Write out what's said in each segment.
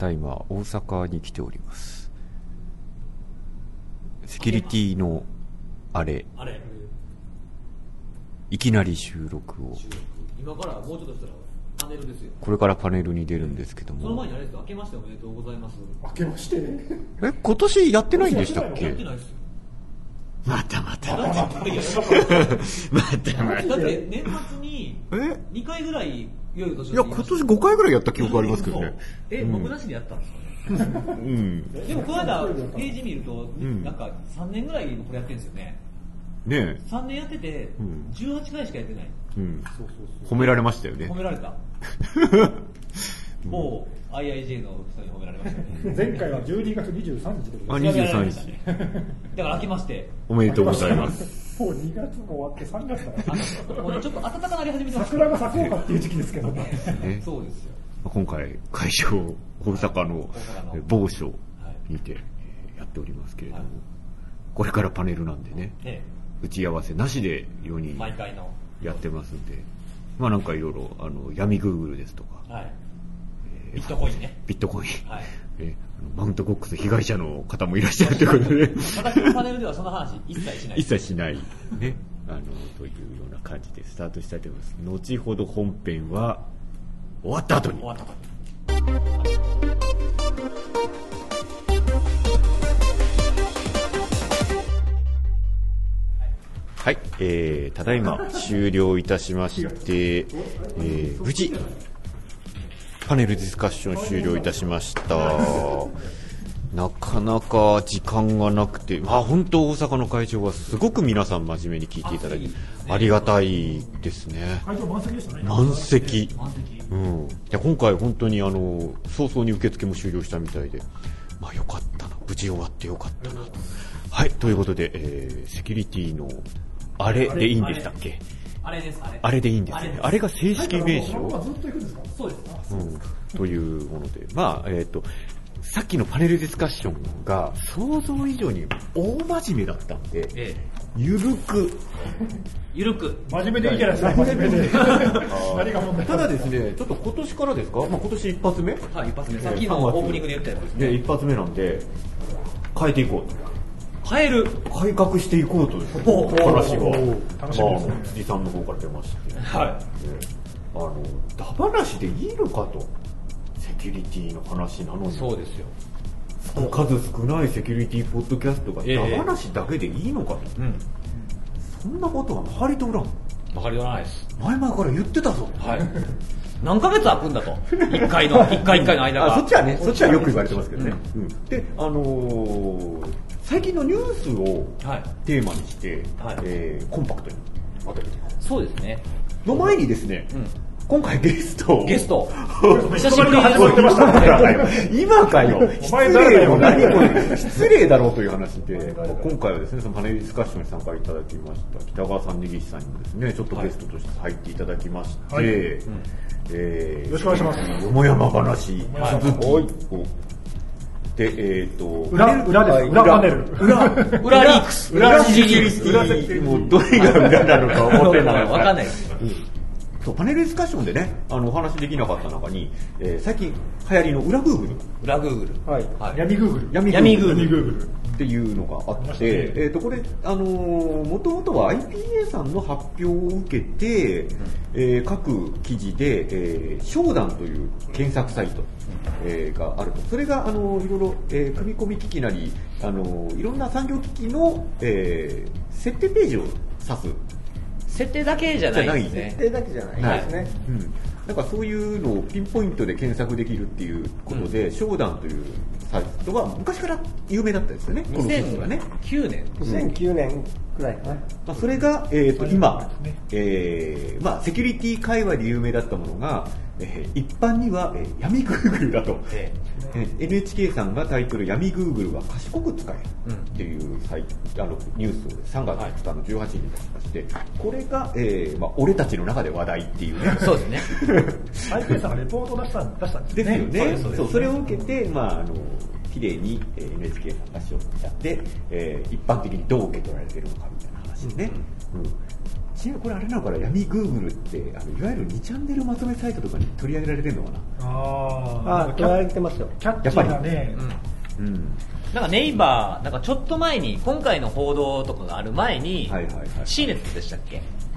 だいま大阪に来ております。セキュリティのあれいきなり収録を今からもうちょっとしたらパネルですよ。 これからパネルに出るんですけども、 その前にあれですよ、明けましておめでとうございます。 明けまして今年やってないんでしたっけ？ やってないですよ。 まただって年末に2回ぐらい良いお年を。 いや今年5回ぐらいやった記憶ありますけどね。 僕なしでやったんですかね。でもこの間ページ見るとなんか3年ぐらいこれやってるんですよね。 ねえ、 3年やってて18回しかやってない。 褒められましたよね。 褒められた。もう IIJ の人に褒められましたね。 前回は12月23日であ、 ございます。 23日だから明けましておめでとうございます。 もう2月も終わって3月だもうちょっと暖かなり始めてます。 桜が咲こうかっていう時期ですけどね。 そうですよ。 今回会場大阪の某所にてやっておりますけれども、これからパネルなんでね、打ち合わせなしで4人毎回のやってますんで、まあなんかいろいろ闇グーグルですとか、 ビットコインね、 ビットコイン、マウントボックス被害者の方もいらっしゃるということで、 私のパネルではその話一切しない。 一切しないね、というような感じでスタートしたいと思います。後ほど本編は終わった後に。はい、ただいま終了いたしまして、無事パネルディスカッション終了いたしました。なかなか時間がなくて、本当大阪の会場はすごく皆さん真面目に聞いていただきありがたいですね。 会場満席でしたね。 満席。今回本当に早々に受付も終了したみたいで、よかったな、無事終わってよかったな。はい、ということで、セキュリティのあれでいいんでしたっけ？ あれです。 あれでいいんですね。あれが正式名称？ ずっと行くんですか？ そうです。 というもので、さっきのパネルディスカッションが想像以上に大真面目だったんで、ゆるく真面目でいいじゃないですか。真面目で何が問題？ ただですね、ちょっと今年からですか、今年一発目、 一発目、さっきのオープニングで言ったやつですね。 一発目なんで変えていこうと、 変える、 改革していこうという話が辻さんの方から出まして、ダ話でいいのかと、セキュリティの話なのに。 そうですよ。 数少ないセキュリティポッドキャストがダ話だけでいいのかと、そんなことはまりとらん。 まかりとらないです。 前々から言ってたぞ。 何ヶ月空くんだと。一回の間が。 そっちはよく言われてますけどね。で、最近のニュースをテーマにして、コンパクトにまとめていこう。 そうですね。 の前にですね、今回ゲスト久しぶりに始まってましたね。今かよ。失礼だろうという話で、今回はですね、そのパネルディスカッションに参加いただきました北川さん、根岸さんにもですね、ちょっとゲストとして入っていただきまして、 よろしくお願いします。 よもやま話続きを。で、 裏パネル。 裏リークス。 裏セキュリティ。もうどれが裏なのか表なのか。 わかんないです。 パネルディスカッションでね、お話できなかった中に、最近流行りの裏グーグル。 闇グーグル。 闇グーグル。っていうのがあって、これ、もともとは IPA さんの発表を受けて、各記事で、商談という検索サイト、があると。それが、いろいろ、組み込み機器なり、いろんな産業機器の、設定ページを指す。 設定だけじゃないですね。 設定だけじゃないですね。 なんかそういうのをピンポイントで検索できるっていうことで、商談というサイトは昔から有名だったですよね。 2009年。 2009年くらいかな。 それが、今、セキュリティ界隈で有名だったものが、一般には、闇グーグルだと、NHK さんがタイトル闇グーグルは賢く使えるっていうニュースを3月2日の18日に出しまして、これが、俺たちの中で話題っていうね。 そうですね。 IPA さんがレポート出したんですよね。それを受けて、綺麗に NHK さんがしようとやって、一般的にどう受け取られているのかみたいな話でね。 ちなみにこれあれなのかな、闇 Google っていわゆる2チャンネルまとめサイトとかに取り上げられてるのかな。 取り上げてますよ。 キャッチーなね。 なんかネイバー、なんかちょっと前に、今回の報道とかがある前に、CNET でしたっけ？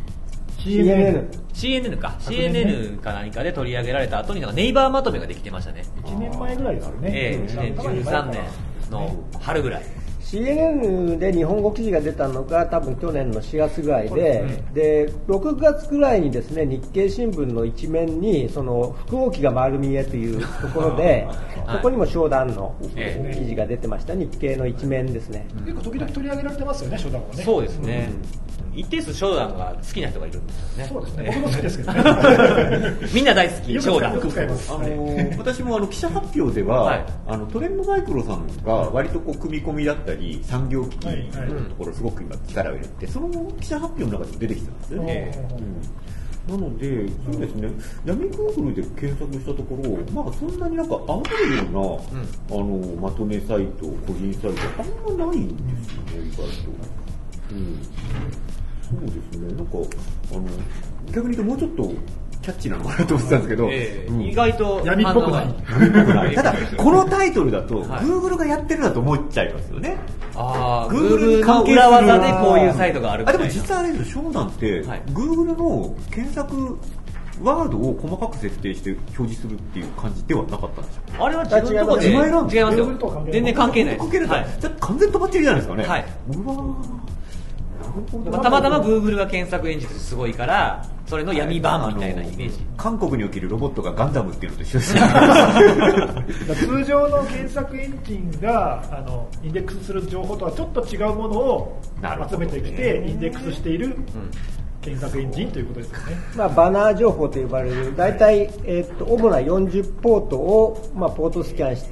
CNN か。CNN か何かで取り上げられた後に、なんかネイバーまとめができてましたね。 1年前ぐらいですよね。 2013年の春ぐらい。 CNN で日本語記事が出たのが多分去年の4月ぐらいで、6月ぐらいにですね、日経新聞の一面にその複合機が丸見えというところで、そこにも商談の記事が出てました。日経の一面ですね。 結構時々取り上げられてますよね、商談はね。 そうですね。一定数商談が好きな人がいるんですよね。 そうですね。僕も好きですけどね。 みんな大好き、商談。 私も記者発表では、トレンドマイクロさんが割と組み込みだったり、産業機器のところすごく今力を入れて、その記者発表の中で出てきてたんですよね。なので、そうですね、闇 Google で検索したところ、そんなになんか合うような、まとめサイト、個人サイト、あんまないんですよね、意外と。そうですね、なんか逆に言うともうちょっとキャッチーなのかなと思ってたんですけど、 意外と闇っぽくない。 ただこのタイトルだと Google がやってるなと思っちゃいますよね。 Google の裏技でこういうサイトがあるみたいな。 でも実はあれですよ、商談って Google の検索ワードを細かく設定して表示するっていう感じではなかったんですよ。 あれは自分のところで違いますよ。全然関係ないです。 じゃあ完全とばっちりじゃないですかね。うわたまたま Google が検索エンジンとしてすごいから、それの闇版みたいなイメージ。 韓国におけるロボットがガンダムっていうのと一緒ですね。 通常の検索エンジンがインデックスする情報とはちょっと違うものを集めてきてインデックスしている検索エンジンということですよね。 バナー情報と呼ばれる、大体、主な40ポートを、ポートスキャンして、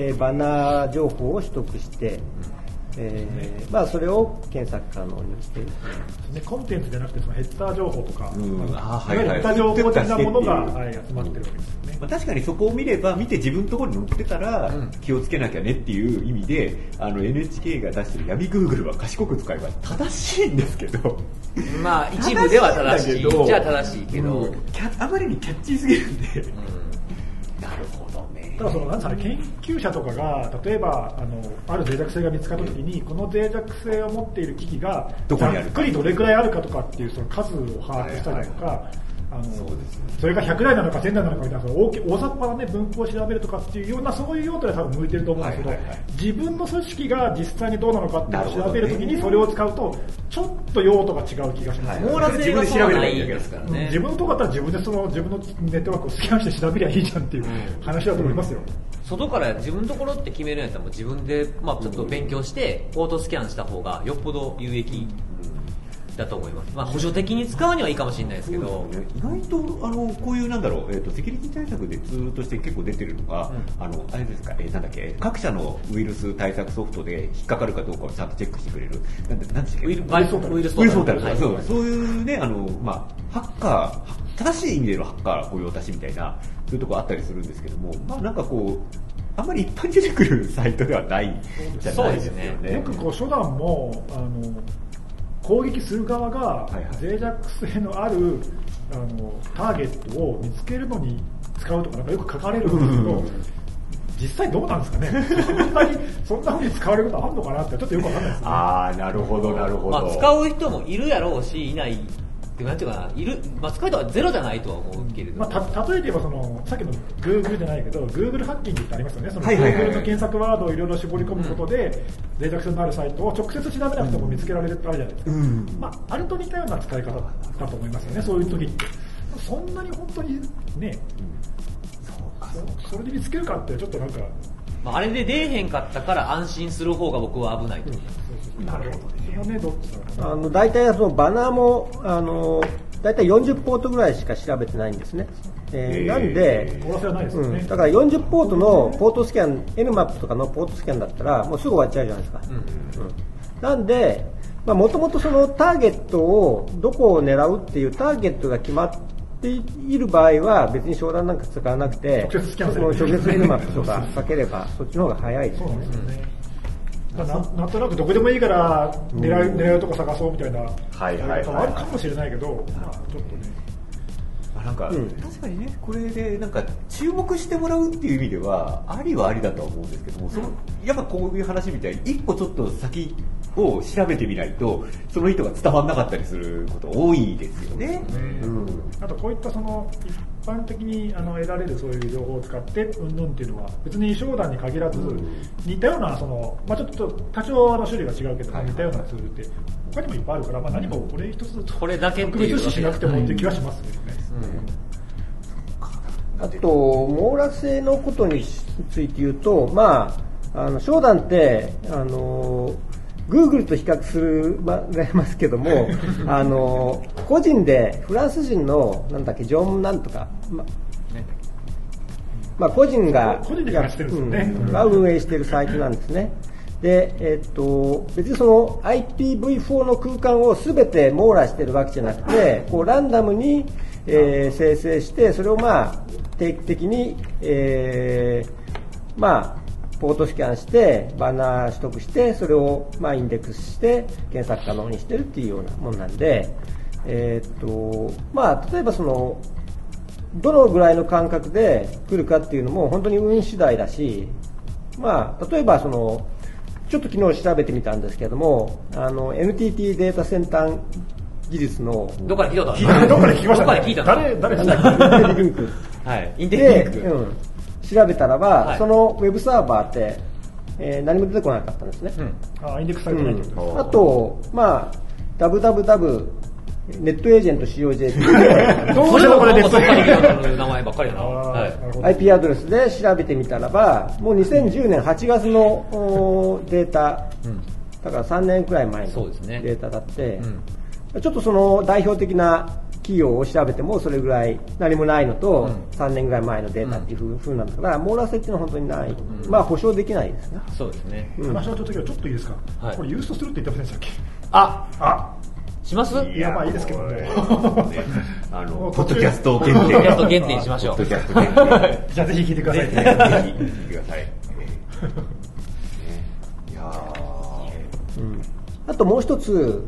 バナー情報を取得して、それを検索可能にしている、 コンテンツじゃなくてそのヘッダー情報とか、いわゆるヘッダー情報的なものが集まってるわけですよね。 確かにそこを見て自分のところに載ってたら気をつけなきゃねっていう意味で、NHK が出してる闇 Google は賢く使えば正しいんですけど、 一部では正しいじゃ正しいけど、 あまりにキャッチーすぎるんで、なるほどね。 ただ研究者とかが例えばある脆弱性が見つかった時に、この脆弱性を持っている機器がざっくりどれくらいあるかとかっていうその数を把握したりとか、それが100台なのか1000台なのかみたいな大雑把な、分布を調べるとかっていうような、そういう用途で多分向いてると思うんですけど、自分の組織が実際にどうなのかっていうのを調べるときにそれを使うとちょっと用途が違う気がします。 網羅性がそうないですからね。 自分のとこだったら自分で自分のネットワークをスキャンして調べりゃいいじゃんっていう話だと思いますよ。 外から自分のところって決めるんやったらもう自分でちょっと勉強してポートスキャンした方がよっぽど有益だと思います。補助的に使うにはいいかもしれないですけど、 意外とこういうセキュリティ対策でツールとして結構出てるのが、あれですか、各社のウイルス対策ソフトで引っかかるかどうかをちゃんとチェックしてくれる、 ウイルスソータル、 そういうね、ハッカー、正しい意味でのハッカー御用達みたいなそういうところあったりするんですけども、あんまり一般に出てくるサイトではないじゃないですよね。 よく初段も攻撃する側が脆弱性のあるターゲットを見つけるのに使うとかよく書かれるんですけど、実際どうなんですかね。そんな風に使われることあるのかなってちょっとよくわかんないですね。 なるほど。 使う人もいるやろうしいない。なんていうかな、使いとはゼロじゃないとは思うけれど、 例えて言えばさっきの Google じゃないけど Google ハッキングってありますよね。Google の検索ワードをいろいろ絞り込むことで脆弱性のあるサイトを直接調べなくても見つけられるってあるじゃないですか。あれと似たような使い方だと思いますよね。そういう時ってそんなに本当にね、それで見つけるかってちょっとあれで出えへんかったから安心する方が僕は危ないと思います。 なるほど。 大体そのバナーも大体40ポートぐらいしか調べてないんですね。なんで、だから40ポートのポートスキャン、Nmap とかのポートスキャンだったらもうすぐ終わっちゃうじゃないですか。なんで、もともとそのターゲットをどこを狙うっていうターゲットが決まっている場合は別に商談なんか使わなくて、直接 Nmap とかかければそっちの方が早いですね。 なんとなくどこでもいいから狙うとこ探そうみたいなあるかもしれないけど、ちょっとね。 なんか、確かにね、これでなんか注目してもらうっていう意味ではありはありだとは思うんですけども、やっぱこういう話みたいに一個ちょっと先を調べてみないとその意図が伝わらなかったりすること多いですよね。 あとこういったその一般的に得られるそういう情報を使ってうんぬんっていうのは別に商談に限らず、似たようなちょっと多少種類が違うけど、似たようなツールって他にもいっぱいあるから、何もこれ一つこれだけ特別視しなくてもっていう気がしますけどね。 あと網羅性のことについて言うと、商談ってGoogle と比較するられますけども個人でフランス人のジョンなんとか、個人が運営しているサイトなんですね。で、別にその IPv4 の空間を全て網羅しているわけじゃなくて、ランダムに、生成して、それを定期的に、ポートスキャンしてバナー取得してそれをインデックスして検索可能にしてるっていうようなものなんで、例えばどのぐらいの間隔で来るかっていうのも本当に運次第だし、例えばちょっと昨日調べてみたんですけどもNTT データ先端技術のどこから聞いたの？ どこから聞きました？ どこから聞いたの？ 誰インテリリンクインテリリンク調べたらば、そのウェブサーバーって、何も出てこなかったんですね。 インデックスされてないってことです。 あと、www ネットエージェント COJ どうしてもこれネットエージェントの名前ばっかりだな。 IP アドレスで調べてみたらば、もう2010年8月のデータ、だから3年くらい前のデータだって、ちょっとその代表的な企業を調べてもそれぐらい何もないのと、3年ぐらい前のデータっていう風なんだから網羅性っていうのは本当にない、保証できないですね。 そうですね。 話の時はちょっといいですか、これユーストするって言ってませんでしたっけ？します？ いやいいですけどね。 ポッドキャスト限定。 ポッドキャスト限定にしましょう。 ポッドキャスト限定。 じゃあぜひ聞いてください。 ぜひ聞いてください。 あともう一つ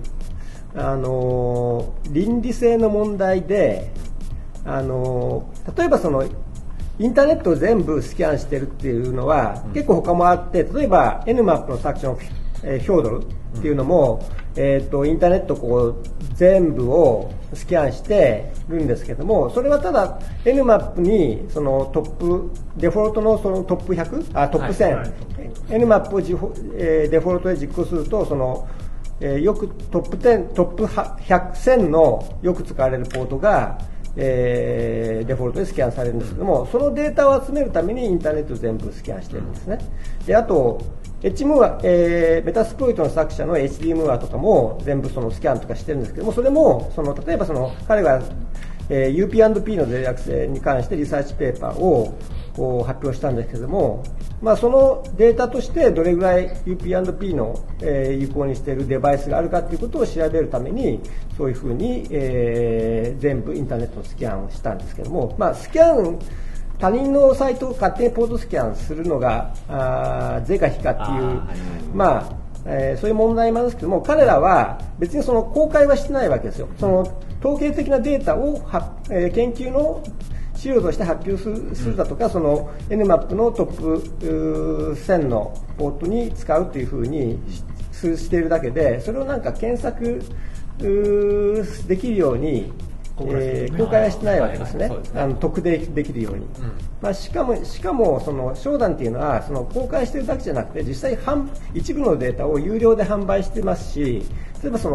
倫理性の問題で例えばインターネットを全部スキャンしてるっていうのは、結構他もあって、例えば Nmap のサクション、ヒョードルっていうのも、インターネット全部をスキャンしてるんですけども、それはただ Nmap にデフォルトのトップ100、トップ1000、Nmap をデフォルトで実行するとよくトップ10、トップ100、1000のよく使われるポートが、デフォルトでスキャンされるんですけども、そのデータを集めるためにインターネットを全部スキャンしてるんですね。で、あと、メタスプロイトの作者の HD ムーアとかも全部スキャンとかしてるんですけども、それも例えば彼が、UP&P の脆弱性に関してリサーチペーパーを発表したんですけども、そのデータとしてどれぐらい UP&P の、有効にしているデバイスがあるかということを調べるためにそういうふうに、全部インターネットのスキャンをしたんですけども、スキャン他人のサイトを勝手にポートスキャンするのが是か非かっていうそういう問題もあるんですけども、彼らは別に公開はしてないわけですよ。統計的なデータを研究の資料として発表するだとか、Nmap のトップ1000のポートに使うというふうにしているだけで、それを検索できるように公開はしてないわけですね。特定できるように。しかも商談っていうのは公開しているだけじゃなくて、実際一部のデータを有料で販売してますし、例えば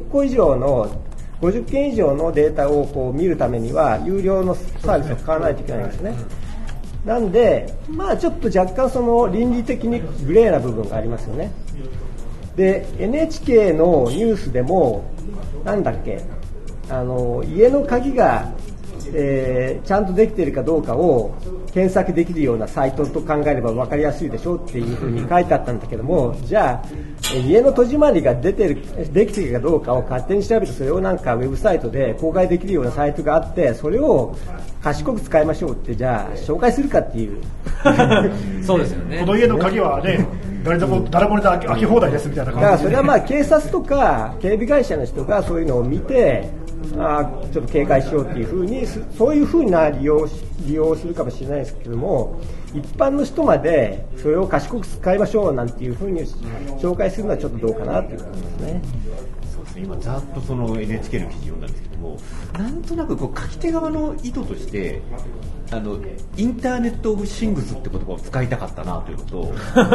50件以上のデータを見るためには有料のサービスを使わないといけないんですね。なんで、ちょっと若干倫理的にグレーな部分がありますよね。で、NHK のニュースでも家の鍵が、ちゃんとできているかどうかを検索できるようなサイトと考えれば分かりやすいでしょっていうふうに書いてあったんだけども、じゃあ家の戸締まりができているかどうかを勝手に調べて、それをウェブサイトで公開できるようなサイトがあって、それを賢く使いましょうってじゃあ紹介するかっていうそうですよね。 この家の鍵はね、誰もね開き放題ですみたいな感じで。 だからそれはまあ警察とか警備会社の人がそういうのを見て、ちょっと警戒しようっていう風に、そういう風な利用するかもしれないですけども、一般の人までそれを賢く使いましょうなんていう風に紹介するのはちょっとどうかなっていうことですね。 そうですね、今ざっとその NHK の記事読んだんですけども、なんとなくこう書き手側の意図としてインターネット・オブ・シングスって言葉を使いたかったなというのと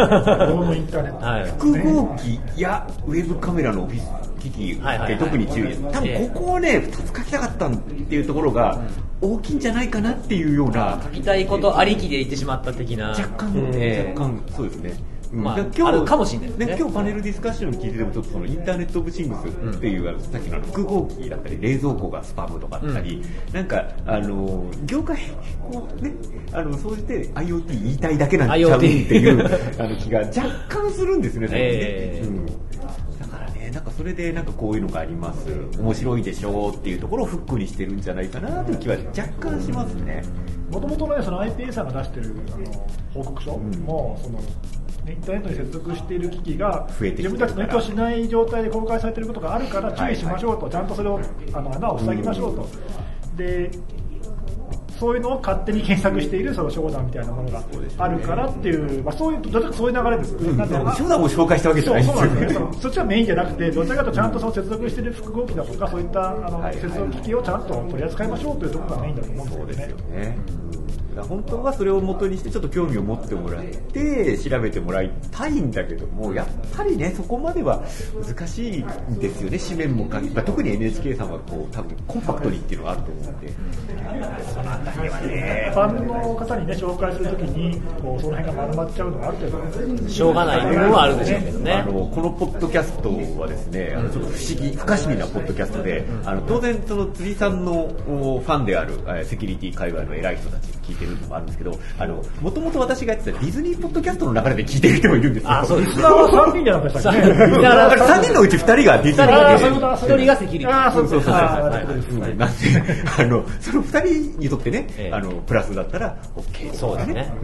複合機やウェブカメラのオフィス機器って特に注意です。多分ここをね2つ書きたかったっていうところが大きいんじゃないかなっていうような、 書きたいことありきで言ってしまった的な若干そうですね。 あるかもしれないですね。 今日パネルディスカッション聞いててもちょっとそのインターネット・オブ・シングスっていう、さっきの複合機だったり冷蔵庫がスパムとかだったり、なんか業界をねそうして IoT 言いたいだけなんちゃうっていう気が若干するんですね。だからね、なんかそれでなんかこういうのがあります、面白いでしょうっていうところをフックにしてるんじゃないかなという気は若干しますね。 もともとね、その IPA さんが出してる報告書も、そのインターネットに接続している機器が自分たちの意図しない状態で公開されていることがあるから注意しましょうと、ちゃんとそれを穴を塞ぎましょうと。でそういうのを勝手に検索しているその商談みたいなものがあるからっていう、そういう流れです。 商談を紹介したわけじゃないんですよね。 そっちはメインじゃなくて、どちらかとちゃんとその接続している複合機だとかそういった接続機器をちゃんと取り扱いましょうというところがメインだと思うんですよね。 本当はそれを元にしてちょっと興味を持ってもらって調べてもらいたいんだけども、やっぱりねそこまでは難しいんですよね。紙面も特に NHK さんはこう多分コンパクトにっていうのがあると思うんで、そのあたりはね、 一般の方にね紹介するときにこうその辺が丸まっちゃうのがある程度しょうがない部分はあるでしょうけどね。 このポッドキャストはですね、ちょっと不可思議なポッドキャストで、当然その辻さんのファンであるセキュリティ界隈の偉い人たちが聞いてるのもあるんですけど、もともと私がやってたディズニーポッドキャストの流れで聞いてる人もいるんですよ。 そうです。リスナーは3人じゃなかったっけね。 3人のうち2人がディズニー 1人がセキュリティ。 そう。なんでその2人にとってね、プラスだったら OK そうですね。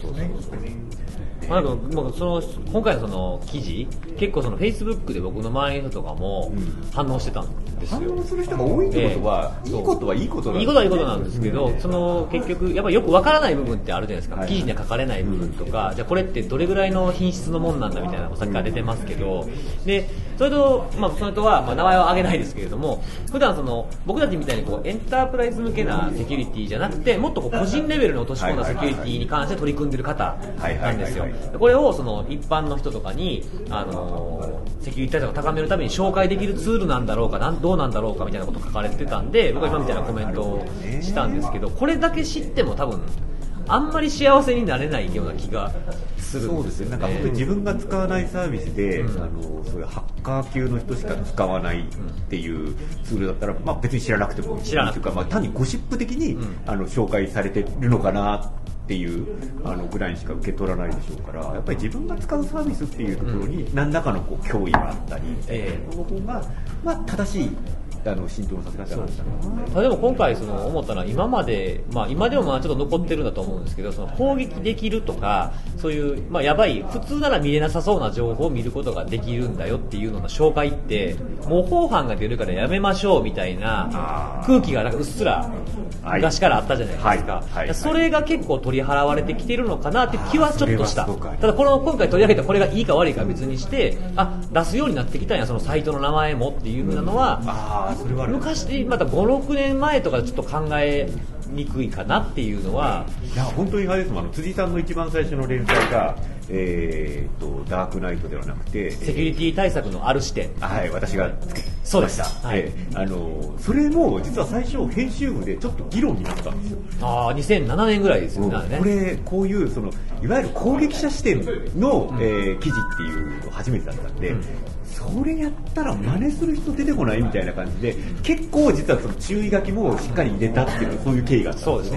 今回のその記事、結構その Facebook で僕の周りの人とかも反応してたんですよ。 反応する人が多いってことは、いいことはいいことなんです。 いいことはいいことなんですけど、その結局やっぱりよくわからない部分ってあるじゃないですか。記事には書かれない部分とか、じゃあこれってどれぐらいの品質のもんなんだみたいなのさっきから出てますけど、でそれとは名前は挙げないですけれども、普段その僕たちみたいにこうエンタープライズ向けなセキュリティじゃなくて、もっとこう個人レベルの落とし込んだセキュリティに関して取り組んでる方なんですよ。これをその一般の人とかにセキュリティ対策を高めるために紹介できるツールなんだろうかどうなんだろうかみたいなことを書かれてたんで、僕は今みたいなコメントをしたんですけど、これだけ知っても多分あんまり幸せになれないような気がするんですよね。 なんか本当に自分が使わないサービスで、そういうハッカー級の人しか使わないっていうツールだったら、別に知らなくてもいいというか、単にゴシップ的に、紹介されてるのかなっていうぐらいにしか受け取らないでしょうから、やっぱり自分が使うサービスっていうところに何らかのこう脅威があったり、その方が、正しい浸透のさせ方なんだな。 でも今回思ったのは今でもちょっと残ってるんだと思うんですけど、その攻撃できるとかそういうやばい普通なら見れなさそうな情報を見ることができるんだよっていうのの紹介って模倣犯が出るからやめましょうみたいな空気がなんかうっすら昔からあったじゃないですか。それが結構取り払われてきてるのかなって気はちょっとした。ただ今回取り上げたこれがいいか悪いかは別にして、出すようになってきたんやそのサイトの名前もっていうのは。昔また 5,6 年前とかちょっと考えにくいかなっていうのは、 いや本当にあれですもん、辻さんの一番最初の連載がダークナイトではなくてセキュリティ対策のある視点、 私がそうでした、 それも実は最初編集部でちょっと議論になったんですよ。 2007年ぐらいですよね。 こういういわゆる攻撃者視点の、記事っていうの初めてだったんで、それやったら真似する人出てこないみたいな感じで、結構実はその注意書きもしっかり入れたっていうそういう経緯があったんです。 そうですね。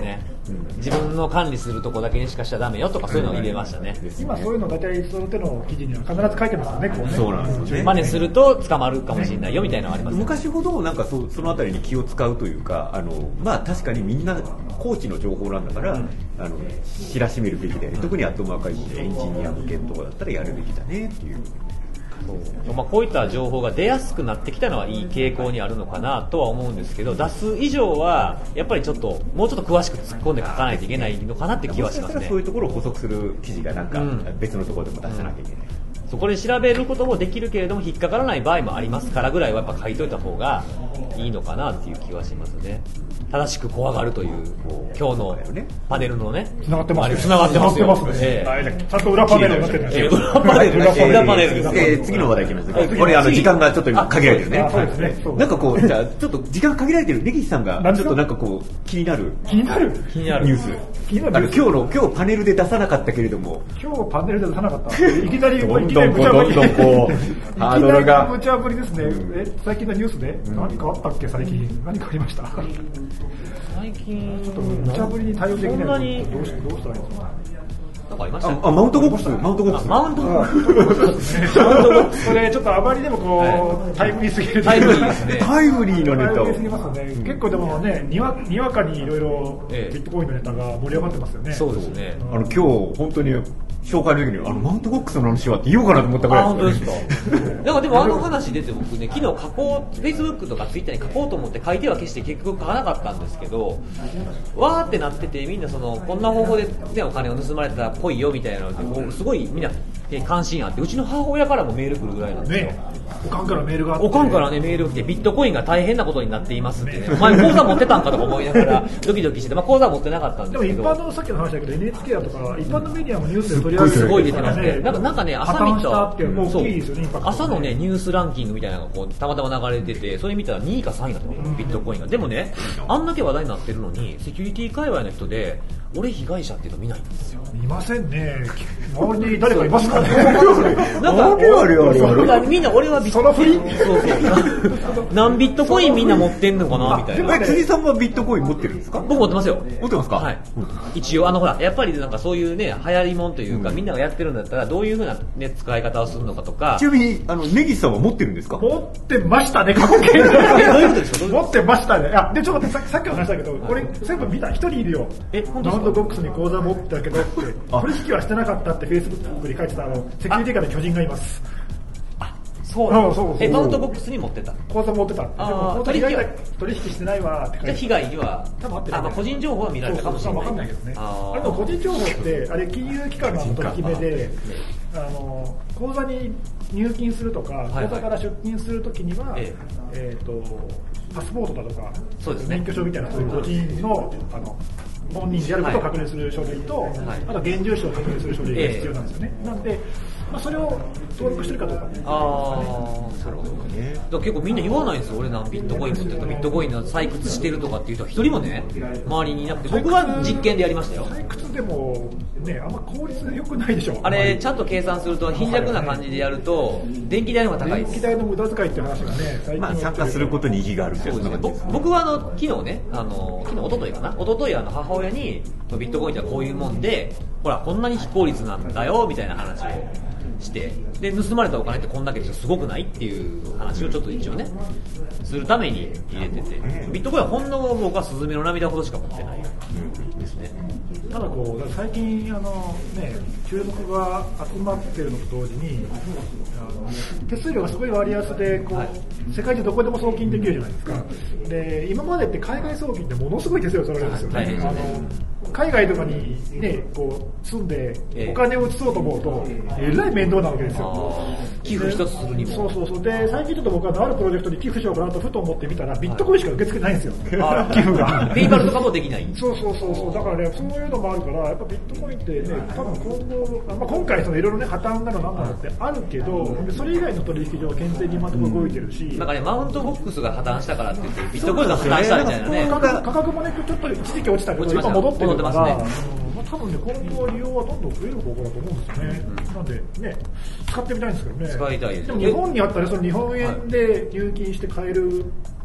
自分の管理するとこだけにしかしちゃダメよとかそういうのを入れましたね。 今そういうの大体その手の記事には必ず書いてますよね。こうね。 そうなんですよね。 真似すると捕まるかもしれないよみたいなのがあります、ね。 昔ほどなんかそのあたりに気を使うというか、まあ確かにみんなコーチの情報なんだから、知らしめるべきで、特にアットマーカーエンジニア向けとかだったらやるべきだねっていう。 まあ、こういった情報が出やすくなってきたのはいい傾向にあるのかなとは思うんですけど、出す以上はやっぱりちょっともうちょっと詳しく突っ込んで書かないといけないのかなって気はしますね。 そういうところを補足する記事がなんか別のところでも出さなきゃいけない。 そこで調べることもできるけれども引っかからない場合もありますからぐらいはやっぱ書いといた方がいいのかなっていう気はしますね。正しく怖がるという今日のパネルのね、 繋がってますね。 繋がってますよ。 ちゃんと裏パネルになってるんですよ。 裏パネルです。 次の話題いきますね。これ時間がちょっと今限られてるね。 そうですね。 なんかこうじゃあちょっと時間限られてる根岸さんがちょっとなんかこう気になるニュース。今日パネルで出さなかったけれども。 今日パネルで出さなかった。いきなりどんどんこうハードルが無茶ぶりですね。最近のニュースで何かあったっけ最近何かありました。 最近ちょっと無茶ぶりに対応できないとどうしたらいいですか。 なんかありましたね。 マウントゴックス。 マウントゴックス。 これちょっとあまりでもこうタイムリーすぎる。 タイムリーですね。 タイムリーのネタを。 タイムリーすぎますね。結構でもねにわかにいろいろビットコインのネタが盛り上がってますよね。 そうですね。 今日本当に紹介の時にマウントボックスの話はって言おうかなと思ったぐらいですよね。本当ですか。なんかでも話出て僕ね、昨日Facebook とか Twitter に書こうと思って書いては消して結局書かなかったんですけど、わーってなっててみんなこんな方法で、ね、お金を盗まれたらっぽいよみたいなのですごいみんな関心あって、うちの母親からもメール来るぐらいなんですよ。 おかんからメールがあって。 おかんからねメールが来てビットコインが大変なことになっていますってね。お前口座持ってたんかとか思いながらドキドキしてて、口座は持ってなかったんですけど。 でも一般のさっきの話だけど NHK だとか一般のメディアもニュースで取り上げる。 すごい出てますね。なんかね朝見た朝のねニュースランキングみたいなのがたまたま流れてて、それ見たら2位か3位だったのビットコインが。でもねあんだけ話題になってるのにセキュリティ界隈の人で俺被害者っていうの見ないんですよ。 いませんね。周りに誰かいますかね。 なんかみんな俺はビットコイン何ビットコインみんな持ってんのかなみたいな。 辻さんはビットコイン持ってるんですか。 僕持ってますよ。 持ってますか。 はい。一応ほらやっぱりなんかそういうね流行りもんというか、みんながやってるんだったらどういう風なね使い方をするのかとか。 ちなみに根岸さんは持ってるんですか。 持ってましたね。過去形。 どういうことですか。 持ってましたね。でちょっと待ってさっきの話だけど、俺全部見た一人いるよ。 本当ですか。 マウントボックスに口座持ってたけどって取引はしてなかったってフェイスブックに書いてたセキュリティ界の巨人がいます。 そう。マウントボックスに持ってた。 口座持ってた。でも取引してないわって書いて。 じゃあ被害には多分あってる。 個人情報は見られたかもしれない。 わかんないけどね。あれの個人情報ってあれ金融機関の取り決めで口座に入金するとか口座から出金するときにはパスポートだとか免許証みたいなそういう個人の本人であることを確認する書類と、あと現住所を確認する書類が必要なんですよね。なんで、それを登録してるかどうか。 なるほどね。だから結構みんな言わないんですよ。俺ビットコイン持ってるとビットコインの採掘してるとかっていう人は一人もね周りにいなくて、僕は実験でやりましたよ。 採掘でもねあんま効率良くないでしょ。 あれちゃんと計算すると貧弱な感じでやると電気代の方が高いです。 電気代の無駄遣いって話がね最近参加することに意義がある。 そうですね。僕は昨日ね一昨日母親にビットコインってこういうもんでほらこんなに非効率なんだよみたいな話をしてで盗まれたお金ってこんだけですごくないっていう話をちょっと一応ねするために入れてて、ビットコインはほんの僕はスズメの涙ほどしか持ってないですね。 ただ最近注目が集まってるのと同時に手数料がすごい割安で世界中どこでも送金できるじゃないですか。で今までって海外送金ってものすごい手数料取られるんですよね。海外とかにね住んでお金を移そうと思うとえらい面倒なわけですよ。 寄付一つするにも。 そうで最近ちょっと僕はあるプロジェクトに寄付しようかなとふと思ってみたらビットコインしか受け付けないんですよ。寄付が。 ペイパルとかもできない。 そうだからねそういうのもあるからやっぱビットコインってね多分今回いろいろね破綻なのなんなのってあるけどそれ以外の取引所は健全にまとも動いてるし。 なんかねマウントボックスが破綻したからって言ってビットコインが破綻したみたいなね。 価格もねちょっと一時期落ちたけど今戻ってるから。多分ね今後は利用はどんどん増える方向だと思うんですよね。なんでね使ってみたいんですけどね。 使いたいです。 でも日本にあったらその日本円で入金して買える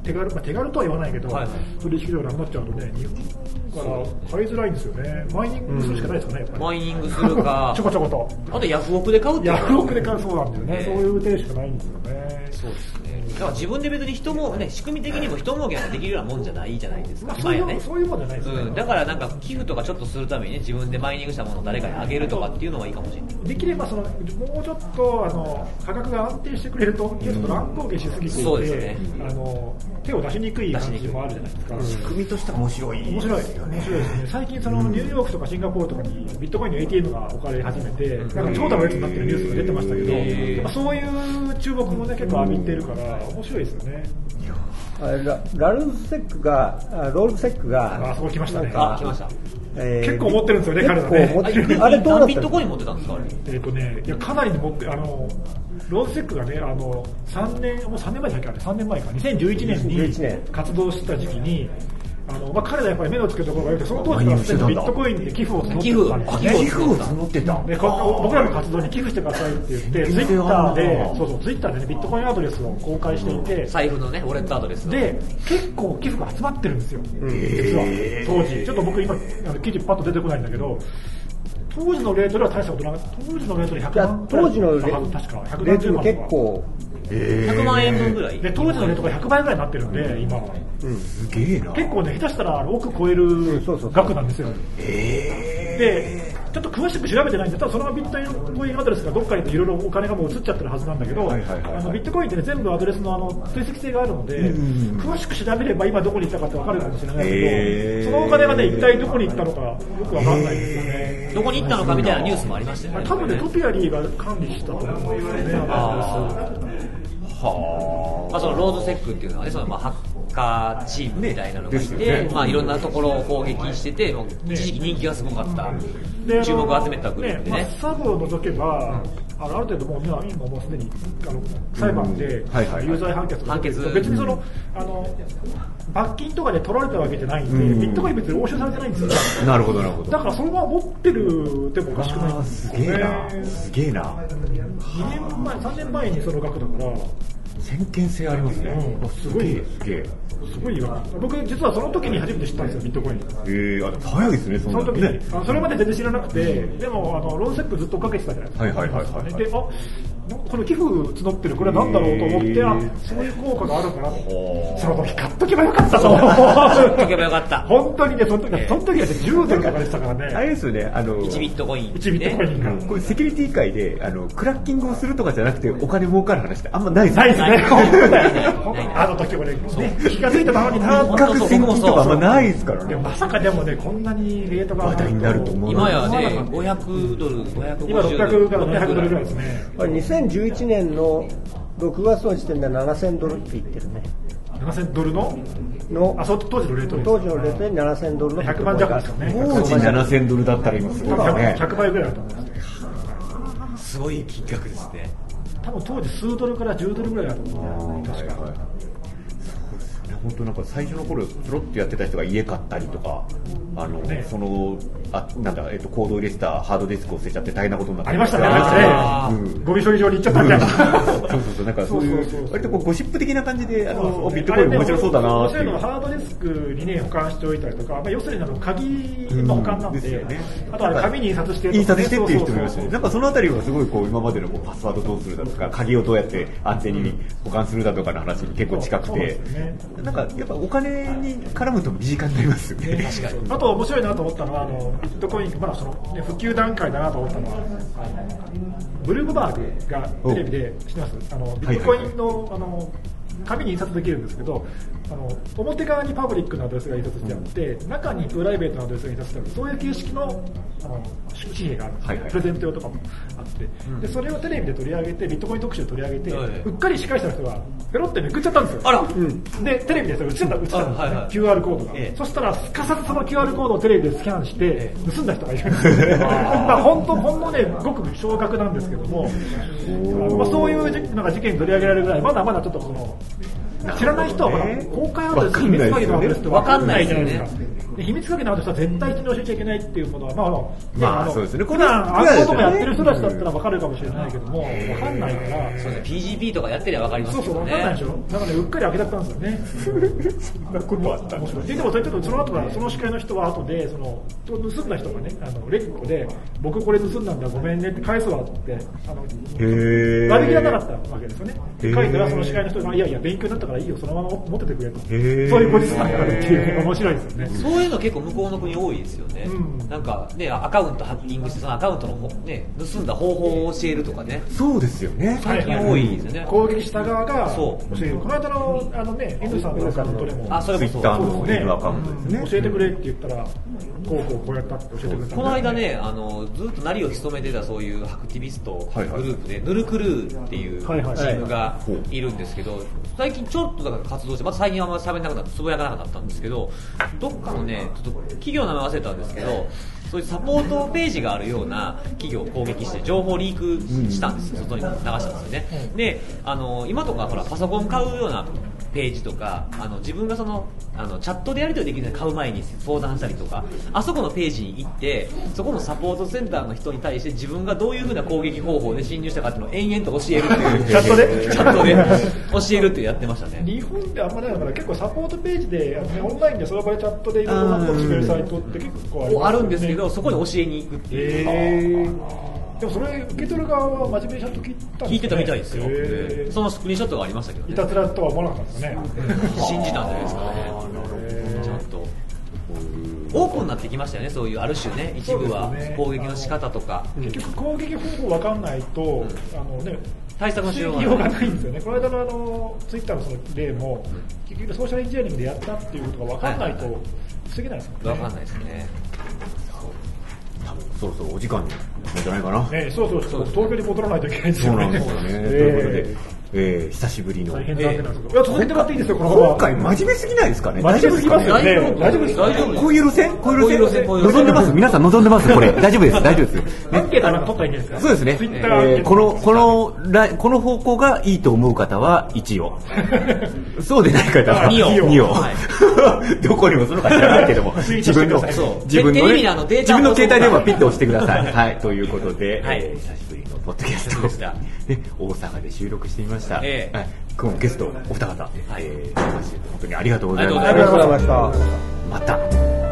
手軽とは言わないけど、取引量がなくなっちゃうとね、日本から買いづらいんですよね。マイニングするしかないですかね、やっぱり。 マイニングするか、 ちょこちょこと。 あとヤフオクで買うっていう。 ヤフオクで買う、そうなんですよね。そういう手しかないんですよね。 そうですね。だから自分で別に人もね、仕組み的にも人儲けができるようなもんじゃないじゃないですか。 そういうもんじゃないですね。 だからなんか寄付とかちょっとするためにね、自分でマイニングしたものを誰かにあげるとかっていうのはいいかもしれない。 できればもうちょっと価格が安定してくれると、ちょっと乱高下しすぎていて、手を出しにくい感じもあるじゃないですか。 仕組みとしては面白いですよね。 面白いですね。最近ニューヨークとかシンガポールとかにビットコインの ATM が置かれ始めて、なんか長蛇の列になってるニュースが出てましたけど、そういう注目もね結構浴びてるから面白いですよね。 ラルフセックがロールセックがそう来ましたね。 来ました。 結構持ってるんですよね、彼らね。 あれどうだったビットコイン持ってたんですか？ いやかなり持ってロールセックがね3年前だっけ、3年前か2011年に活動した時期に。彼らやっぱり目のつけるところが良くて、その当時からすでにビットコインで寄付を募ってたんですね。 寄付を募ってた。 で、僕らの活動に寄付してくださいって言って、ツイッターでね、ビットコインアドレスを公開していて、 財布のね、ウォレットアドレスで、結構寄付が集まってるんですよ。実は。当時。ちょっと僕今、記事パッと出てこないんだけど、当時のレートでは大したことなかった。当時のレートで100万当時のレートで結構、 100万円分ぐらいで当時のレートが100倍ぐらいになってるんで今は、 すげえな。 結構ね下手したら億超える額なんですよ。でちょっと詳しく調べてないんで、ただそのビットコインアドレスがどっかにいろいろお金がもう移っちゃってるはずなんだけど、ビットコインって、ね、全部アドレスの追跡性があるので、詳しく調べれば今どこに行ったかって分かるかもしれないけど、そのお金がね一体どこに行ったのかよく分かんないですよね。 どこに行ったのかみたいなニュースもありましたよね。 多分ねトピアリーが管理したと思うんですよね。 そのローズセックっていうのはね、ハッカーチームみたいなのがいて、いろんなところを攻撃してて、一時期人気がすごかった、注目を集めたグループでね。 サブを除けば、ある程度もう今もうすでに裁判で有罪判決が出てるけど、別に罰金とかで取られたわけじゃないんで、ビットコイン別に押収されてないんですよ。 なるほどなるほど。 だからそのまま持ってるでもおかしくないんですよね。 すげえな。 2年前、3年前にその額だから。 先見性ありますね。 すごいすごいよ。僕実はその時に初めて知ったんですよ、ビットコイン。 早いですね。 その時にそれまで全然知らなくて、でもロードセックずっと追っかけてたじゃないですか。で、この寄付募ってるこれは何だろうと思って、そういう効果があるんだな。その時買っとけばよかったと。 買っとけばよかった。 本当にね、その時は10ドルとかでしたからね。 あれですよね、 1ビットコイン。 1ビットコインが。 これセキュリティ界でクラッキングをするとかじゃなくてお金儲かる話ってあんまないですね。あの時もね、気が付いたままに一攫千金とかあんまないですからね。 まさかでもね、こんなにレートが話題になると思う。 今やね、500ドル、550 今600から700ドルぐらいですね。 2011年の6月の時点で7000ドルって言ってるね。 7000ドルの当時のレートです。 当時のレートで7000ドルの 100万弱ですよね。 当時7000ドルだったら今すごいですね。 100倍ぐらいだと思います。 すごい金額ですね。 多分当時数ドルから10ドルぐらいだと思う。確か。 本当なんか最初の頃プロッとやってた人が家買ったりとか、コードを入れてたハードディスクを捨てちゃって大変なことになってありましたね。ゴミ処理場に行っちゃったみたいな。 そうなんかそういう割とゴシップ的な感じでビットコイン面白そうだなっていう。 ハードディスクにね保管しておいたりとか、要するに鍵の保管なんで、あとは紙に印刷してっていう人もいましたね。 なんかそのあたりはすごい今までのパスワードどうするだとか鍵をどうやって安全に保管するだとかの話に結構近くて、なんかやっぱお金に絡むと身近になりますよね。 確かに。 あと面白いなと思ったのはビットコインまだ普及段階だなと思ったのはブルームバーグがテレビで知ってます？ビットコインの紙に印刷できるんですけど、表側にパブリックなアドレスが印刷してあって、中にプライベートなアドレスが印刷してある、そういう形式の紙幣があるんです、プレゼント用とかもあって、でそれをテレビで取り上げて、ビットコイン特集で取り上げて、うっかり司会者の人がペロってめくっちゃったんですよ。 あら、 でテレビでそれ映ってたんですね、QR コードが、そしたらすかさずその QR コードをテレビでスキャンして盗んだ人がいるんですよ。ほんのねごく少額なんですけども、そういうなんか事件に取り上げられるぐらい、まだまだちょっと知らない人はまだ公開アドレス、秘密鍵のアドレスって分かんないじゃないですか。 で秘密鍵のある人は絶対人に教えちゃいけないっていうものは、 まあそうですね。 普段ああいうこともやってる人たちだったら分かるかもしれないけども、分かんないから。 そうね、PGP とかやってりゃ分かりますけどね。 そう分かんないでしょ。だからね、うっかり開けちゃったんですよね。そんなことあった面白い。でもその後はその司会の人は後で盗んだ人がね、レッコで僕これ盗んだんだごめんねって返すわって割り切らなかったわけですよね。書いたらその司会の人がいやいや勉強になったからいいよそのまま持っててくれと。そういうポジションがあるっていう面白いですよね。 そういうの結構向こうの国多いですよね。なんかねアカウントハッキングしてそのアカウントのね盗んだ方法を教えるとかね。 そうですよね。 最近多いですよね。 攻撃した側が教える。この間のね N さんのアカウントでもそれもそうですね。アカウントですね。 教えてくれって言ったらこうやったって教えてくれた。 この間ねずっと鳴りを潜めてたそういうアクティビストグループでヌルクルーっていうチームがいるんですけど、最近ちょっとだから活動して、また最近はあんまり喋んなくなってつぶやかなかったんですけど、どっかのねちょっと企業の名前忘れたんですけど、そういうサポートページがあるような企業を攻撃して情報リークしたんですよ、外に流したんですよね。で今とかほらパソコン買うようなページとか自分がチャットでやり取りできるので買う前に相談したりとか、あそこのページに行ってそこのサポートセンターの人に対して自分がどういう風な攻撃方法で侵入したかっていうのを延々と教えるっていうチャットで教えるってやってましたね。 日本であんまりないから結構サポートページでオンラインでその場でチャットでいろんなことを決めるサイトって結構あるんですけど、そこに教えに行くっていう。 でもそれ受け取る側は真面目にちゃんと聞いてたみたいですよ。そのスクリーンショットがありましたけどね。 いたずらとは思わなかったですね。 信じたんじゃないですかね。ちゃんとオープンになってきましたよね、そういうある種ね、一部は攻撃の仕方とか。 結局攻撃方法分かんないと、 対策のしようがないんですよね。この間のツイッターのその例も、結局ソーシャルエンジニアリングでやったっていうことが分かんないと防げないですもんね。 分かんないですね。 そろそろお時間になるんじゃないかな。 そう東京に戻らないといけないですよね。 そうなんですよね。ということで、久しぶりの。 大変残念なんですけど。続いてもらっていいですよ、このまま。 今回真面目すぎないですかね。 真面目すぎますよね。大丈夫ですか？ こういう路線望んでます皆さん望んでますこれ。大丈夫です。大丈夫です。 アンケートなんか取ったらいいんですか？ そうですね。この方向がいいと思う方は1を。そうでない方は2を。どこにもそのか知らないけども、自分の携帯電話ピッと押してください。はい。ということで、久しぶりのポッドキャストでした。大阪で収録してみました。今日ゲストお二方、本当にありがとうございました。 ありがとうございました。 また。